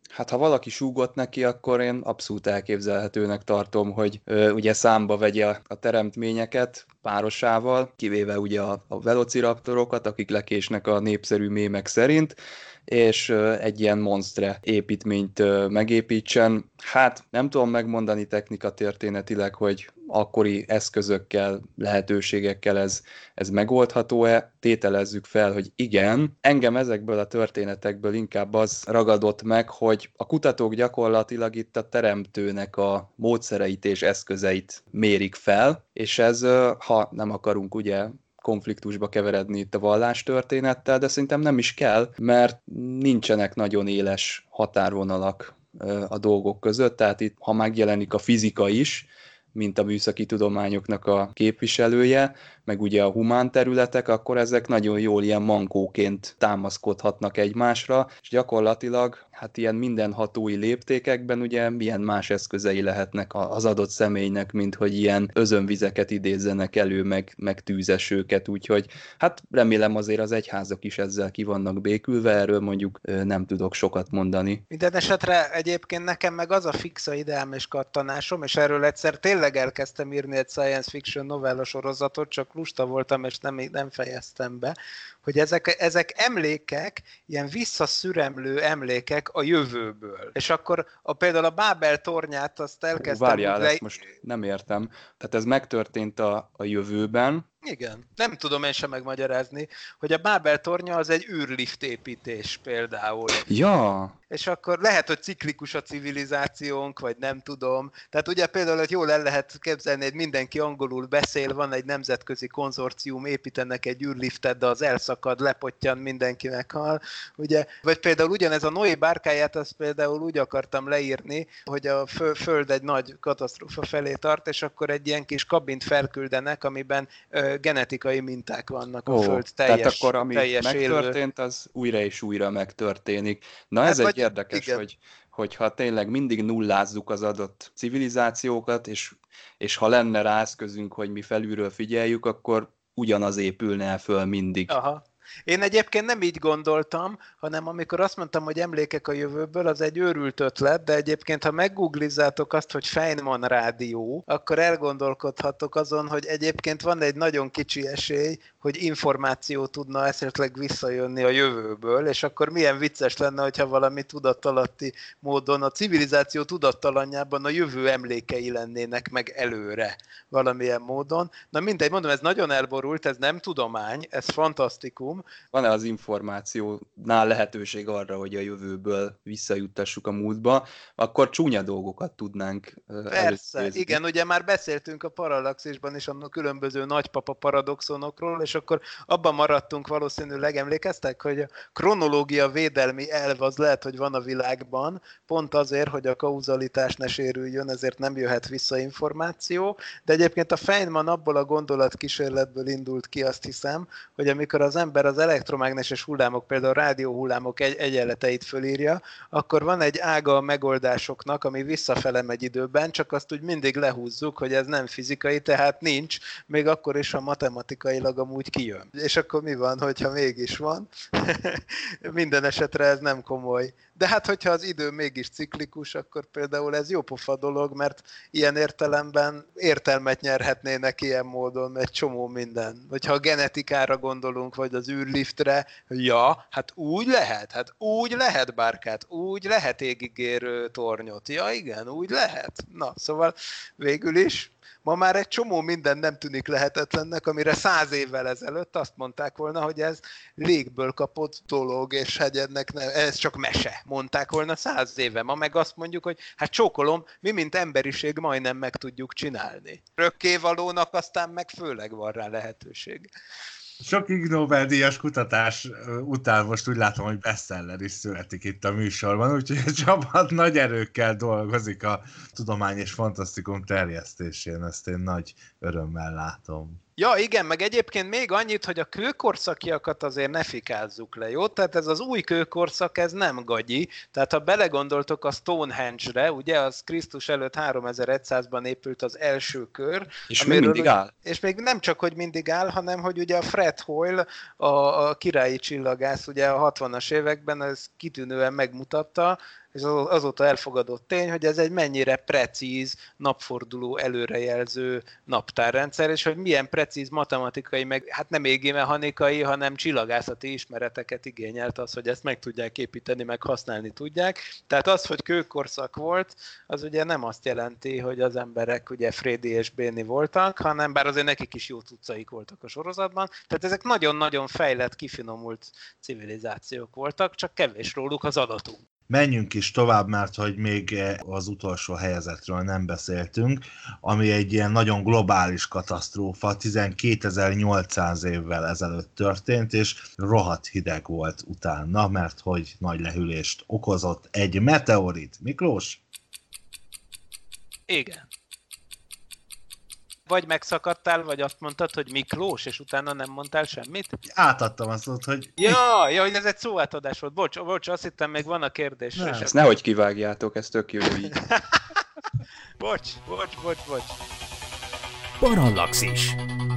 Hát ha valaki súgott neki, akkor én abszolút elképzelhetőnek tartom, hogy ö, ugye számba vegye a, a teremtményeket párosával, kivéve ugye a, a velociraptorokat, akik lekésnek a népszerű mémek szerint, és ö, egy ilyen monstre építményt ö, megépítsen. Hát nem tudom megmondani technikatörténetileg, hogy akkori eszközökkel, lehetőségekkel ez, ez megoldható-e? Tételezzük fel, hogy igen. Engem ezekből a történetekből inkább az ragadott meg, hogy a kutatók gyakorlatilag itt a teremtőnek a módszereit és eszközeit mérik fel, és ez, ha nem akarunk ugye konfliktusba keveredni itt a vallástörténettel, de szerintem nem is kell, mert nincsenek nagyon éles határvonalak a dolgok között, tehát itt, ha megjelenik a fizika is, mint a műszaki tudományoknak a képviselője, meg ugye a humán területek, akkor ezek nagyon jól ilyen mankóként támaszkodhatnak egymásra, és gyakorlatilag hát ilyen mindenhatói léptékekben ugye milyen más eszközei lehetnek az adott személynek, mint hogy ilyen özönvizeket idézzenek elő, meg, meg tűzesőket, úgyhogy hát remélem azért az egyházak is ezzel ki vannak békülve, erről mondjuk nem tudok sokat mondani. Minden esetre egyébként nekem meg az a fixa ideám és kattanásom, és erről egyszer tényleg elkezdtem írni egy science fiction novella sorozatot, csak lusta voltam, és nem, nem fejeztem be, hogy ezek, ezek emlékek, ilyen visszaszüremlő emlékek a jövőből. És akkor a, például a Bábel tornyát azt elkezdtem... Várjál, le... ezt most nem értem. Tehát ez megtörtént a, a jövőben. Igen. Nem tudom én sem megmagyarázni, hogy a Bábel tornya az egy űrlift építés például. Ja. És akkor lehet, hogy ciklikus a civilizációnk, vagy nem tudom. Tehát ugye például, hogy jól el lehet képzelni, hogy mindenki angolul beszél, van egy nemzetközi konzorcium, építenek egy űrliftet, de az elszakad, lepottyan, mindenki meghal. Ugye? Vagy például ugyanez a Noé bárkáját, azt például úgy akartam leírni, hogy a Föld egy nagy katasztrófa felé tart, és akkor egy ilyen kis kabint felküldenek, amiben ö, genetikai minták vannak a Ó, Föld teljes, tehát akkor ami teljes megtörtént, élő. Az újra és újra megtörténik. Na hát ez vagy, egy érdekes, igen. hogy, hogyha tényleg mindig nullázzuk az adott civilizációkat, és, és ha lenne rá eszközünk, hogy mi felülről figyeljük, akkor ugyanaz épülne el föl mindig. Aha. Én egyébként nem így gondoltam, hanem amikor azt mondtam, hogy emlékek a jövőből, az egy őrült ötlet, de egyébként, ha meggooglizzátok azt, hogy Feynman rádió, akkor elgondolkodhatok azon, hogy egyébként van egy nagyon kicsi esély, hogy információ tudna esetleg visszajönni a jövőből, és akkor milyen vicces lenne, hogyha valami tudatalatti módon a civilizáció tudattalanjában a jövő emlékei lennének meg előre valamilyen módon. Na mindegy, mondom, ez nagyon elborult, ez nem tudomány, ez fantasztikum. Van-e az információnál lehetőség arra, hogy a jövőből visszajuttassuk a múltba, akkor csúnya dolgokat tudnánk Persze, előzőzni. igen, ugye már beszéltünk a Parallaxisban is a különböző nagypapa paradoxonokról, és akkor abban maradtunk valószínűleg, emlékeztek, hogy a kronológia védelmi elv az lehet, hogy van a világban, pont azért, hogy a kauzalitás ne sérüljön, ezért nem jöhet vissza információ, de egyébként a Feynman abból a gondolatkísérletből indult ki, azt hiszem, hogy amikor az ember az elektromágneses hullámok, például a rádióhullámok egy- egyenleteit fölírja, akkor van egy ága a megoldásoknak, ami visszafele megy időben, csak azt úgy mindig lehúzzuk, hogy ez nem fizikai, tehát nincs, még akkor is, ha matematikailag amúgy kijön. És akkor mi van, hogyha mégis van? Minden esetre ez nem komoly. De hát, hogyha az idő mégis ciklikus, akkor például ez jó pofa dolog, mert ilyen értelemben értelmet nyerhetnének ilyen módon egy csomó minden. Hogyha a genetikára gondolunk, vagy az űrliftre, ja, hát úgy lehet, hát úgy lehet bárkát, úgy lehet égigérő tornyot. Ja, igen, úgy lehet. Na, szóval végül is ma már egy csomó minden nem tűnik lehetetlennek, amire száz évvel ezelőtt azt mondták volna, hogy ez légből kapott dolog, és hegyednek nem, ez csak mese, mondták volna száz éve. Ma meg azt mondjuk, hogy hát csókolom, mi mint emberiség majdnem meg tudjuk csinálni. Örökkévalónak aztán meg főleg van rá lehetőség. Sok Ig Nobel-díjas kutatás után most úgy látom, hogy bestseller is születik itt a műsorban, úgyhogy a csapat nagy erőkkel dolgozik a tudomány és fantasztikum terjesztésén, ezt én nagy örömmel látom. Ja, igen, meg egyébként még annyit, hogy a kőkorszakiakat azért ne fikázzuk le, jó? Tehát ez az új kőkorszak, ez nem gagyi. Tehát ha belegondoltok a Stonehenge-re, ugye, az Krisztus előtt háromezer-százban épült az első kör. És még mindig áll. És még nem csak, hogy mindig áll, hanem, hogy ugye a Fred Hoyle, a, a királyi csillagász, ugye a hatvanas években ez kitűnően megmutatta, és az, azóta elfogadott tény, hogy ez egy mennyire precíz, napforduló előrejelző naptárrendszer, és hogy milyen precíz matematikai, meg hát nem égimechanikai, hanem csillagászati ismereteket igényelt az, hogy ezt meg tudják építeni, meg használni tudják. Tehát az, hogy kőkorszak volt, az ugye nem azt jelenti, hogy az emberek ugye Frédi és Béni voltak, hanem bár azért nekik is jó cuccaik voltak a sorozatban. Tehát ezek nagyon-nagyon fejlett, kifinomult civilizációk voltak, csak kevés róluk az adatunk. Menjünk is tovább, mert hogy még az utolsó helyezetről nem beszéltünk, ami egy ilyen nagyon globális katasztrófa, tizenkétezer-nyolcszáz évvel ezelőtt történt, és rohadt hideg volt utána, mert hogy nagy lehűlést okozott egy meteorit. Miklós? Igen. Vagy megszakadtál, vagy azt mondtad, hogy Miklós, és utána nem mondtál semmit? Átadtam azt, hogy... Ja, ja, hogy ez egy szóátadás volt. Bocs, bocs, azt hittem, még van a kérdés. Nem. Ezt nehogy kivágjátok, ez tök jó így. Bocs, bocs, bocs, bocs. Parallaxis.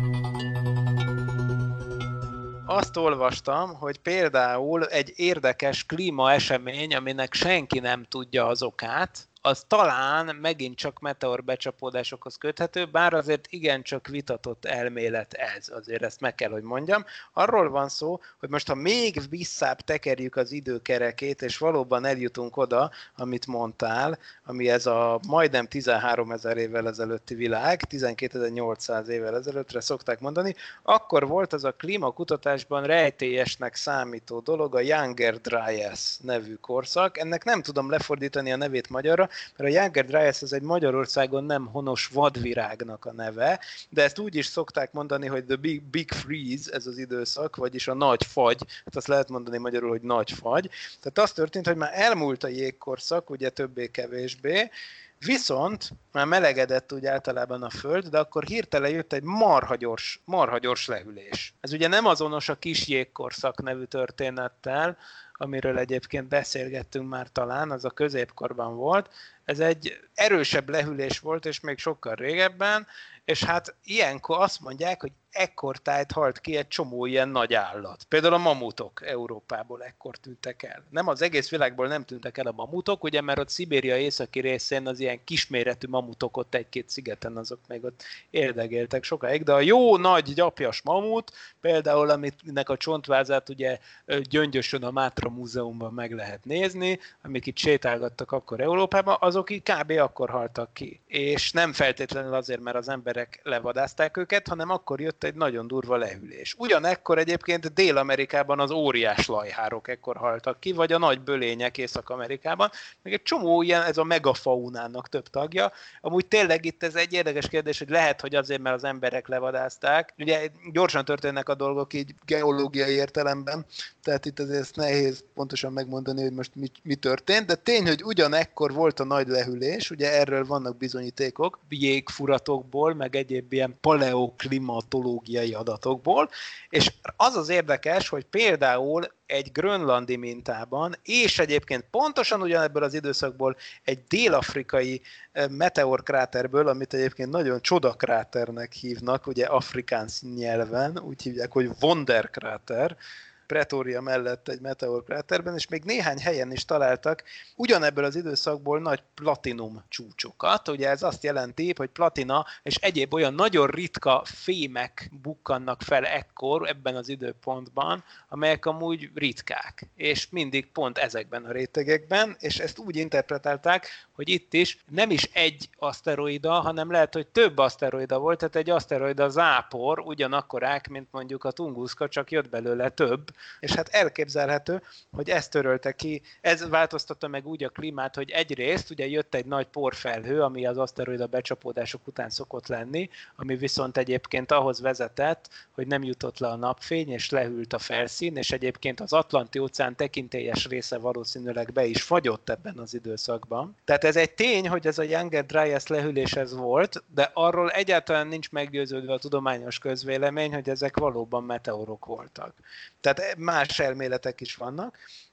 Azt olvastam, hogy például egy érdekes klímaesemény, aminek senki nem tudja az okát, az talán megint csak meteorbecsapódásokhoz köthető, bár azért igencsak vitatott elmélet ez, azért ezt meg kell, hogy mondjam. Arról van szó, hogy most ha még visszább tekerjük az időkerekét, és valóban eljutunk oda, amit mondtál, ami ez a majdnem tizenháromezer évvel ezelőtti világ, tizenkétezer-nyolcszáz évvel ezelőttre szokták mondani, akkor volt az a klímakutatásban rejtélyesnek számító dolog, a Younger Dryas nevű korszak. Ennek nem tudom lefordítani a nevét magyarra, mert a Younger Dryas ez egy Magyarországon nem honos vadvirágnak a neve, de ezt úgy is szokták mondani, hogy the big, big freeze, ez az időszak, vagyis a nagy fagy, hát azt lehet mondani magyarul, hogy nagy fagy. Tehát az történt, hogy már elmúlt a jégkorszak, ugye többé-kevésbé, viszont már melegedett úgy általában a föld, de akkor hirtelen jött egy marha gyors, marha gyors lehűlés. Ez ugye nem azonos a kis jégkorszak nevű történettel, amiről egyébként beszélgettünk már talán, az a középkorban volt. Ez egy erősebb lehűlés volt, és még sokkal régebben, és hát ilyenkor azt mondják, hogy ekkortájt halt ki egy csomó ilyen nagy állat. Például a mamutok Európából ekkor tűntek el. Nem, az egész világból nem tűntek el a mamutok, ugye, mert ott Szibéria északi részén az ilyen kisméretű mamutok ott egy-két szigeten, azok még ott érdegéltek sokáig, de a jó nagy gyapjas mamut, például aminek a csontvázát ugye Gyöngyösön a Mátra Múzeumban meg lehet nézni, amik itt sétálgattak akkor Európában, azok így kb. Akkor haltak ki. És nem feltétlenül azért, mert az emberek levadázták őket, hanem akkor jött egy nagyon durva lehűlés. Ugyanekkor egyébként Dél-Amerikában az óriás lajhárok ekkor haltak ki, vagy a nagy bölények Észak-Amerikában, meg egy csomó ilyen, ez a megafaunának több tagja. Amúgy tényleg itt ez egy érdekes kérdés, hogy lehet, hogy azért, mert az emberek levadázták. Ugye gyorsan történnek a dolgok így geológiai értelemben, tehát itt azért ezt nehéz pontosan megmondani, hogy most mi, mi történt, de tény, hogy ugyanekkor volt a nagy lehűlés, ugye erről vannak bizonyítékok, jégfuratokból, meg egyéb ilyen paleoklimatológiai adatokból, és az az érdekes, hogy például egy grönlandi mintában, és egyébként pontosan ugyanebből az időszakból egy dél-afrikai meteorkráterből, amit egyébként nagyon csodakráternek hívnak, ugye afrikáns nyelven, úgy hívják, hogy Wonderkráter, Pretória mellett egy meteorkráterben, és még néhány helyen is találtak ugyanebből az időszakból nagy platinum csúcsokat. Ugye ez azt jelenti, hogy platina és egyéb olyan nagyon ritka fémek bukkannak fel ekkor, ebben az időpontban, amelyek amúgy ritkák, és mindig pont ezekben a rétegekben, és ezt úgy interpretálták, hogy itt is nem is egy aszteroida, hanem lehet, hogy több aszteroida volt, tehát egy aszteroida zápor ugyanakkorák, mint mondjuk a Tunguszka, csak jött belőle több, és hát elképzelhető, hogy ezt törölte ki, ez változtatta meg úgy a klímát, hogy egyrészt ugye jött egy nagy porfelhő, ami az aszteroida becsapódások után szokott lenni, ami viszont egyébként ahhoz vezetett, hogy nem jutott le a napfény, és lehűlt a felszín, és egyébként az Atlanti-óceán tekintélyes része valószínűleg be is fagyott ebben az időszakban. Tehát ez egy tény, hogy ez a Younger Dryas lehűlés ez volt, de arról egyáltalán nincs meggyőződve a tudományos közvélemény, hogy ezek valóban meteorok voltak. Tehát más elméletek is vannak.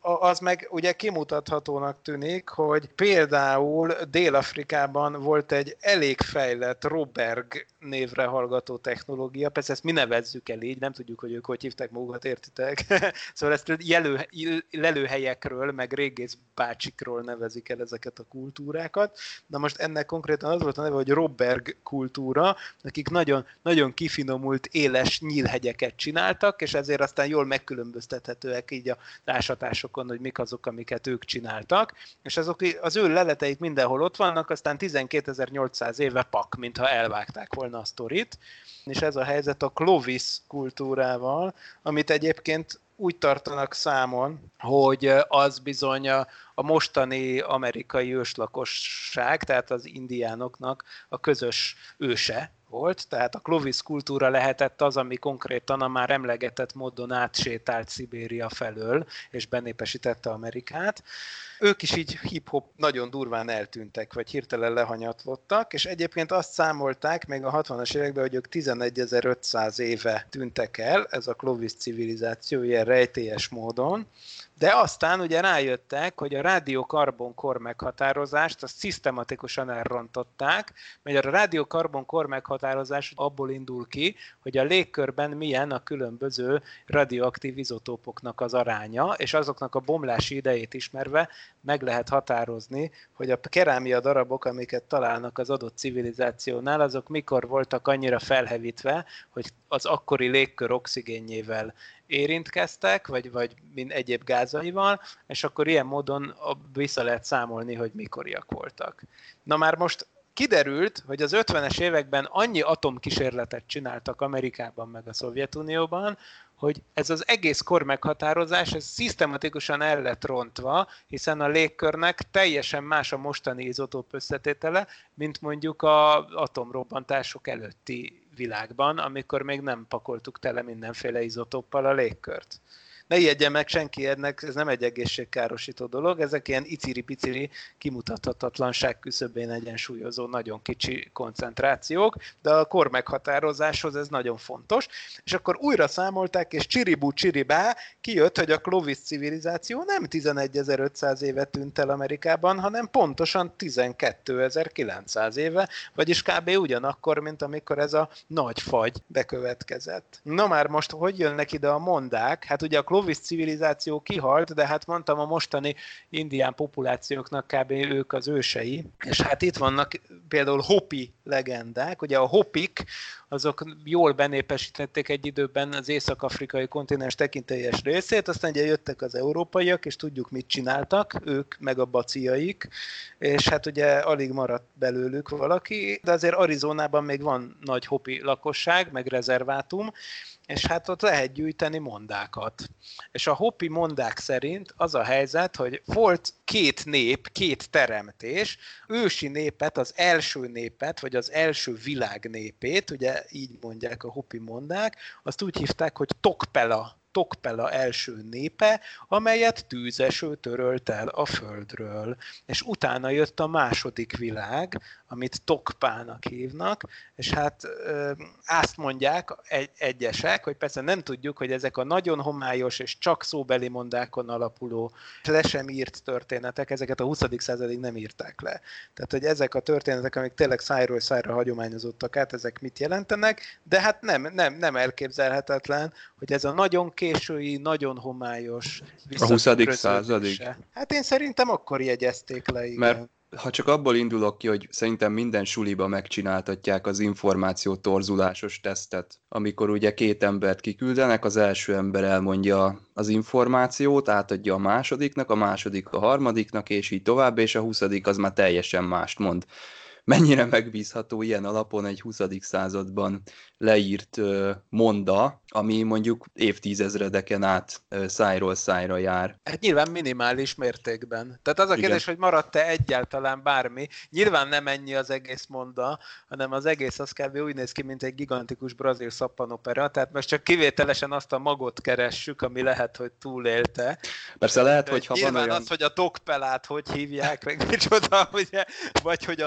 az meg ugye kimutathatónak tűnik, hogy például Dél-Afrikában volt egy elég fejlett Roberg névre hallgató technológia, persze ezt mi nevezzük el így, nem tudjuk, hogy ők hogy hívták magukat, értitek? Szóval ezt jelő, lelőhelyekről, meg régész bácsikról nevezik el ezeket a kultúrákat. Na most ennek konkrétan az volt a neve, hogy Roberg kultúra, akik nagyon, nagyon kifinomult, éles nyílhegyeket csináltak, és ezért aztán jól megkülönböztethetőek így a ásatásokon, hogy mik azok, amiket ők csináltak, és azok, az ő leleteik mindenhol ott vannak, aztán tizenkétezer-nyolcszáz éve pak, mintha elvágták volna a sztorit, és ez a helyzet a Clovis kultúrával, amit egyébként úgy tartanak számon, hogy az bizony a, a mostani amerikai őslakosság, tehát az indiánoknak a közös őse volt, tehát a Clovis kultúra lehetett az, ami konkrétan a már emlegetett módon átsétált Szibéria felől, és benépesítette Amerikát. Ők is így hip-hop nagyon durván eltűntek, vagy hirtelen lehanyatlottak, és egyébként azt számolták még a hatvanas években, hogy ők tizenegyezer-ötszáz éve tűntek el, ez a Clovis civilizáció ilyen rejtélyes módon, de aztán ugye rájöttek, hogy a rádiokarbon-kor meghatározást azt szisztematikusan elrontották, mert a rádiokarbon-kor meghatározás abból indul ki, hogy a légkörben milyen a különböző radioaktív izotópoknak az aránya, és azoknak a bomlási idejét ismerve meg lehet határozni, hogy a kerámia darabok, amiket találnak az adott civilizációnál, azok mikor voltak annyira felhevítve, hogy az akkori légkör oxigénjével érintkeztek, vagy, vagy mint egyéb gázaival, és akkor ilyen módon vissza lehet számolni, hogy mikoriak voltak. Na már most kiderült, hogy az ötvenes években annyi atomkísérletet csináltak Amerikában meg a Szovjetunióban, hogy ez az egész kor meghatározás, ez szisztematikusan el lett rontva, hiszen a légkörnek teljesen más a mostani izotóp összetétele, mint mondjuk az atomrobbantások előtti világban, amikor még nem pakoltuk tele mindenféle izotóppal a légkört. Ne ijedjen meg senki, ennek ez nem egy egészségkárosító dolog, ezek ilyen iciri-piciri kimutathatatlanság küszöbén egyensúlyozó nagyon kicsi koncentrációk, de a kor meghatározáshoz ez nagyon fontos, és akkor újra számolták, és csiribú csiribá kijött, hogy a Clovis civilizáció nem tizenegyezer-ötszáz éve tűnt el Amerikában, hanem pontosan tizenkétezer-kilencszáz éve, vagyis kb. Ugyanakkor, mint amikor ez a nagy fagy bekövetkezett. Na már most, hogy jönnek ide a mondák? Hát ugye a Clovis civilizáció kihalt, de hát mondtam, a mostani indián populációknak kb. Ők az ősei. És hát itt vannak például Hopi legendák. Ugye a Hopik, azok jól benépesítették egy időben az észak-afrikai kontinens tekintélyes részét, aztán ugye jöttek az európaiak, és tudjuk, mit csináltak, ők meg a baciaik, és hát ugye alig maradt belőlük valaki, de azért Arizonában még van nagy Hopi lakosság, meg rezervátum, és hát ott lehet gyűjteni mondákat. És a Hopi mondák szerint az a helyzet, hogy volt két nép, két teremtés, ősi népet, az első népet, vagy az első világ népét, ugye így mondják a Hopi mondák, azt úgy hívták, hogy Tokpela, Tokpela első népe, amelyet tűzeső törölt el a földről. És utána jött a második világ, amit Tokpának hívnak, és hát ö, azt mondják egy, egyesek, hogy persze nem tudjuk, hogy ezek a nagyon homályos és csak szóbeli mondákon alapuló, le sem írt történetek, ezeket a huszadik századig nem írták le. Tehát, hogy ezek a történetek, amik tényleg szájról szájra hagyományozottak át, ezek mit jelentenek, de hát nem, nem, nem elképzelhetetlen, hogy ez a nagyon késői, nagyon homályos a huszadik századig. Hát én szerintem akkor jegyezték le, igen. Mert ha csak abból indulok ki, hogy szerintem minden suliba megcsináltatják az információ torzulásos tesztet, amikor ugye két embert kiküldenek, az első ember elmondja az információt, átadja a másodiknak, a második a harmadiknak, és így tovább, és a huszadik az már teljesen mást mond. Mennyire megbízható ilyen alapon egy huszadik században leírt uh, monda, ami mondjuk évtizedeken át uh, szájról szájra jár. Hát nyilván minimális mértékben. Tehát az a kérdés, hogy maradt-e egyáltalán bármi. Nyilván nem ennyi az egész monda, hanem az egész az kb. Úgy néz ki, mint egy gigantikus brazil szappanopera. Tehát most csak kivételesen azt a magot keressük, ami lehet, hogy túlélte. Persze lehet, hogy ha nyilván van olyan... az, hogy a Tokpelát hogy hívják, meg micsoda, ugye? Vagy hogy a Noé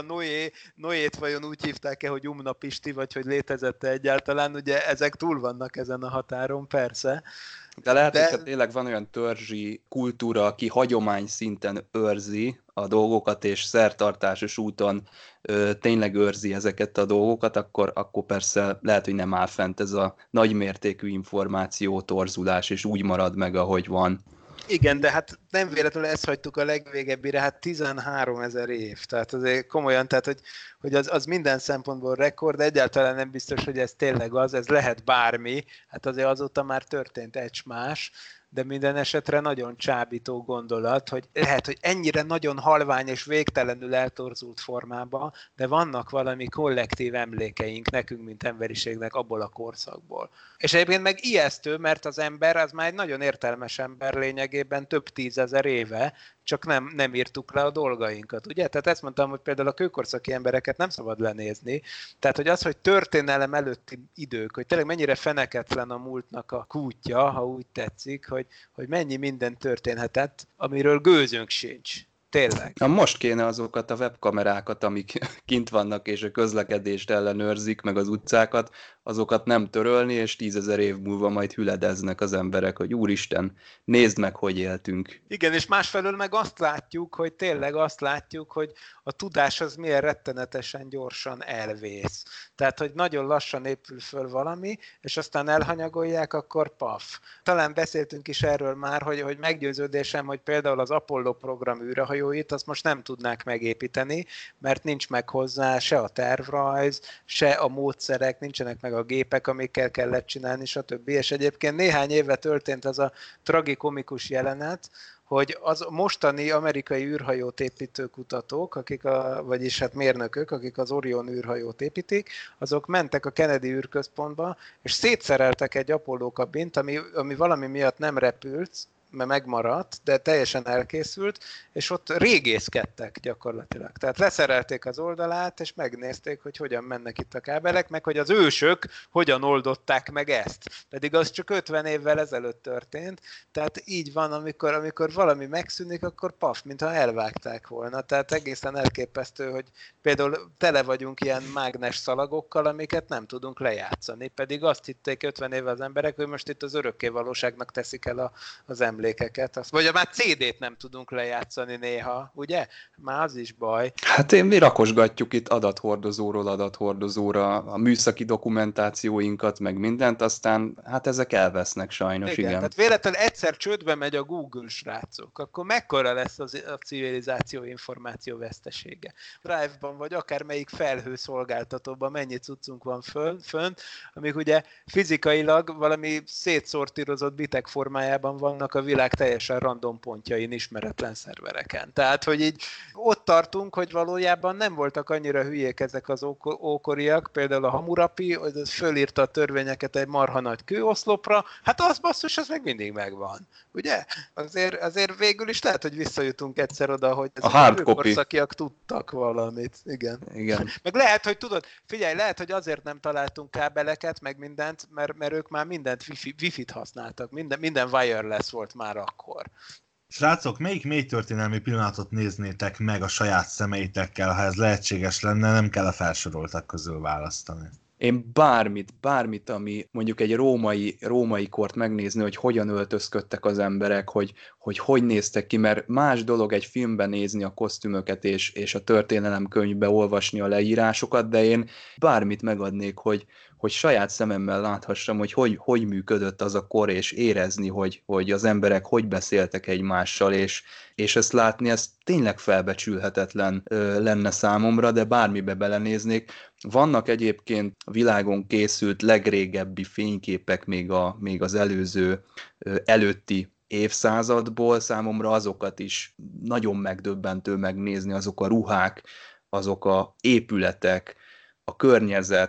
Noé, Noét vajon úgy hívták-e, hogy Umna Pisti, vagy hogy létezette egyáltalán, ugye ezek túl vannak ezen a határon, persze. De lehet, De... hogy tényleg van olyan törzsi kultúra, aki hagyomány szinten őrzi a dolgokat, és szertartásos úton ö, tényleg őrzi ezeket a dolgokat, akkor, akkor persze lehet, hogy nem áll fent ez a nagymértékű információ torzulás, és úgy marad meg, ahogy van. Igen, de hát nem véletlenül ezt hagytuk a legvégebbire, hát tizenháromezer év, tehát azért komolyan, tehát hogy, hogy az, az minden szempontból rekord, de egyáltalán nem biztos, hogy ez tényleg az, ez lehet bármi, hát azért azóta már történt egy más, de minden esetre nagyon csábító gondolat, hogy lehet, hogy ennyire nagyon halvány és végtelenül eltorzult formában, de vannak valami kollektív emlékeink nekünk, mint emberiségnek abból a korszakból. És egyébként meg ijesztő, mert az ember az már egy nagyon értelmes ember lényegében több tízezer éve, csak nem, nem írtuk le a dolgainkat, ugye? Tehát ezt mondtam, hogy például a kőkorszaki embereket nem szabad lenézni. Tehát, hogy az, hogy történelem előtti idők, hogy tényleg mennyire feneketlen a múltnak a kútja, ha úgy tetszik, hogy, hogy mennyi minden történhetett, amiről gőzünk sincs. Tényleg. Na most kéne azokat a webkamerákat, amik kint vannak és a közlekedést ellenőrzik, meg az utcákat, azokat nem törölni, és tízezer év múlva majd hüledeznek az emberek, hogy úristen, nézd meg, hogy éltünk. Igen, és másfelől meg azt látjuk, hogy tényleg azt látjuk, hogy a tudás az milyen rettenetesen gyorsan elvész. Tehát, hogy nagyon lassan épül föl valami, és aztán elhanyagolják, akkor paf. Talán beszéltünk is erről már, hogy, hogy meggyőződésem, hogy például az Apollo program űrhajóit azt most nem tudnák megépíteni, mert nincs meg hozzá se a tervrajz, se a módszerek, nincsenek meg a gépek, amikkel kellett csinálni, stb. És egyébként néhány éve történt az a tragikomikus jelenet, hogy az mostani amerikai űrhajót építő kutatók, akik a, vagyis hát mérnökök, akik az Orion űrhajót építik, azok mentek a Kennedy űrközpontba, és szétszereltek egy Apollo kabint, ami, ami valami miatt nem repült, mert megmaradt, de teljesen elkészült, és ott régészkedtek gyakorlatilag. Tehát leszerelték az oldalát, és megnézték, hogy hogyan mennek itt a kábelek, meg hogy az ősök hogyan oldották meg ezt. Pedig az csak ötven évvel ezelőtt történt. Tehát így van, amikor, amikor valami megszűnik, akkor paf, mintha elvágták volna. Tehát egészen elképesztő, hogy például tele vagyunk ilyen mágnes szalagokkal, amiket nem tudunk lejátszani. Pedig azt hitték ötven évvel az emberek, hogy most itt az örökké valóságnak teszik el a, az emléket. Vagy már cé dét nem tudunk lejátszani néha, ugye? Már az is baj. Hát én mi rakosgatjuk itt adathordozóról adathordozóra a műszaki dokumentációinkat, meg mindent, aztán hát ezek elvesznek sajnos, igen. igen. Tehát véletlenül egyszer csődbe megy a Google, srácok, akkor mekkora lesz az, a civilizáció információ vesztesége? Drive-ban vagy akármelyik felhőszolgáltatóban mennyi cuccunk van föl, fönt, amik ugye fizikailag valami szétszortírozott bitek formájában vannak a világ teljesen random pontjain, ismeretlen szervereken. Tehát, hogy így ott tartunk, hogy valójában nem voltak annyira hülyék ezek az ókoriak, például a Hammurapi, hogy az fölírta a törvényeket egy marha nagy kőoszlopra, hát az basszus, az meg mindig megvan. Ugye? Azért, azért végül is lehet, hogy visszajutunk egyszer oda, hogy ezek a kőkorszakiak tudtak valamit. Igen. Igen. Meg lehet, hogy tudod, figyelj, lehet, hogy azért nem találtunk kábeleket, meg mindent, mert, mert ők már mindent wifi, wifi-t használtak, minden, minden wireless volt már akkor. Srácok, melyik mélytörténelmi pillanatot néznétek meg a saját szemeitekkel, ha ez lehetséges lenne, nem kell a felsoroltak közül választani? Én bármit, bármit, ami mondjuk egy római, római kort megnézni, hogy hogyan öltözködtek az emberek, hogy, hogy hogy néztek ki, mert más dolog egy filmben nézni a kosztümöket és, és a történelemkönyvbe olvasni a leírásokat, de én bármit megadnék, hogy, hogy saját szememmel láthassam, hogy, hogy hogy működött az a kor, és érezni, hogy, hogy az emberek hogy beszéltek egymással, és, és ezt látni, ez tényleg felbecsülhetetlen ö, lenne számomra, de bármibe belenéznék. Vannak egyébként világon készült legrégebbi fényképek még, a, még az előző, ö, előtti évszázadból, számomra azokat is nagyon megdöbbentő megnézni, azok a ruhák, azok a épületek, a környezet,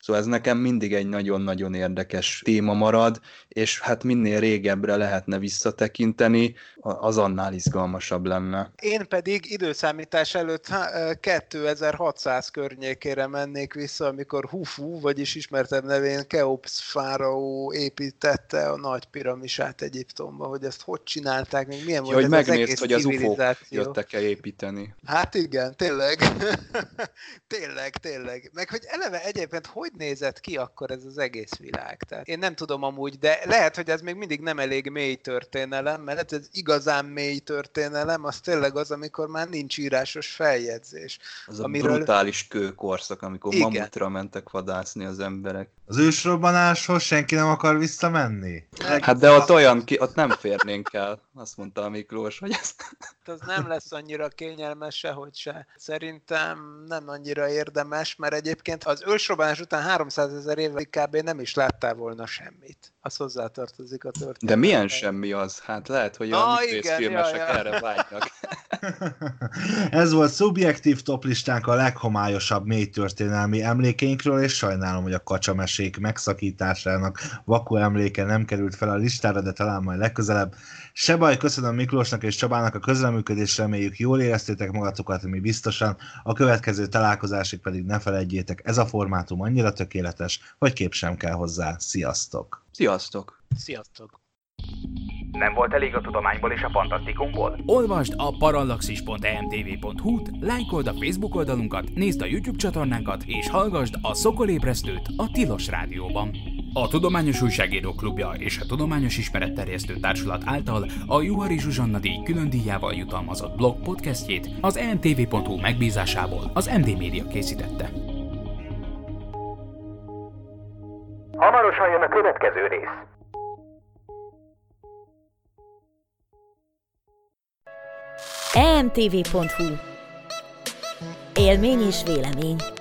Szóval ez nekem mindig egy nagyon-nagyon érdekes téma marad, és hát minél régebbre lehetne visszatekinteni, az annál izgalmasabb lenne. Én pedig időszámítás előtt kétezer-hatszáz környékére mennék vissza, amikor Hufu, vagyis ismertebb nevén Keops fáraó építette a nagy piramisát Egyiptomba, hogy ezt hogy csinálták, még milyen Ja, volt hogy ez megnézd, az egész hogy az civilizáció. ufók jöttek-e építeni. Hát igen, tényleg. tényleg, tényleg. Meg hogy eleve egyébként hogy nézett ki akkor ez az egész világ? Tehát én nem tudom amúgy, de lehet, hogy ez még mindig nem elég mély történelem, mert ez igazán mély történelem, az tényleg az, amikor már nincs írásos feljegyzés. Az a amiről... brutális kőkorszak, amikor Igen. mamutra mentek vadászni az emberek. Az ősrobbanáshoz senki nem akar visszamenni? Hát de ott olyan, ki, ott nem férnénk el, azt mondta a Miklós, hogy ez... Az nem lesz annyira kényelmes sehogy se. Szerintem nem annyira érdemes, mert egyébként az ősrobbanás után háromszázezer évvel kb. Nem is láttál volna semmit. Az hozzátartozik a történetbe. De milyen semmi az? Hát lehet, hogy a Ah, igen, művészfilmesek ja, ja. erre vágynak. Ez volt szubjektív toplistánk a leghomályosabb mélytörténelmi emlékeinkről, és sajnálom, hogy a kacsamesék megszakításának vakú emléke nem került fel a listára, de talán majd legközelebb. Se baj, köszönöm Miklósnak és Csabának a közreműködést, reméljük jól éreztétek magatokat, mi biztosan. A következő találkozásig pedig ne feledjétek, ez a formátum annyira tökéletes, hogy kép sem kell hozzá. Sziasztok! Sziasztok! Sziasztok! Nem volt elég a tudományból és a fantasztikumból? Olvasd a parallaxis pont e m t v pont h u-t, lájkold a Facebook oldalunkat, nézd a YouTube csatornánkat, és hallgasd a Szokolébresztőt a Tilos Rádióban. A Tudományos Újságírók Klubja és a Tudományos Ismeretterjesztő Társulat által a Juhari Zsuzsanna díj külön díjával jutalmazott blog podcastjét az e m t v pont h u megbízásából az em dé Média készítette. Hamarosan jön a következő rész. e m t v pont h u. Élmény és vélemény.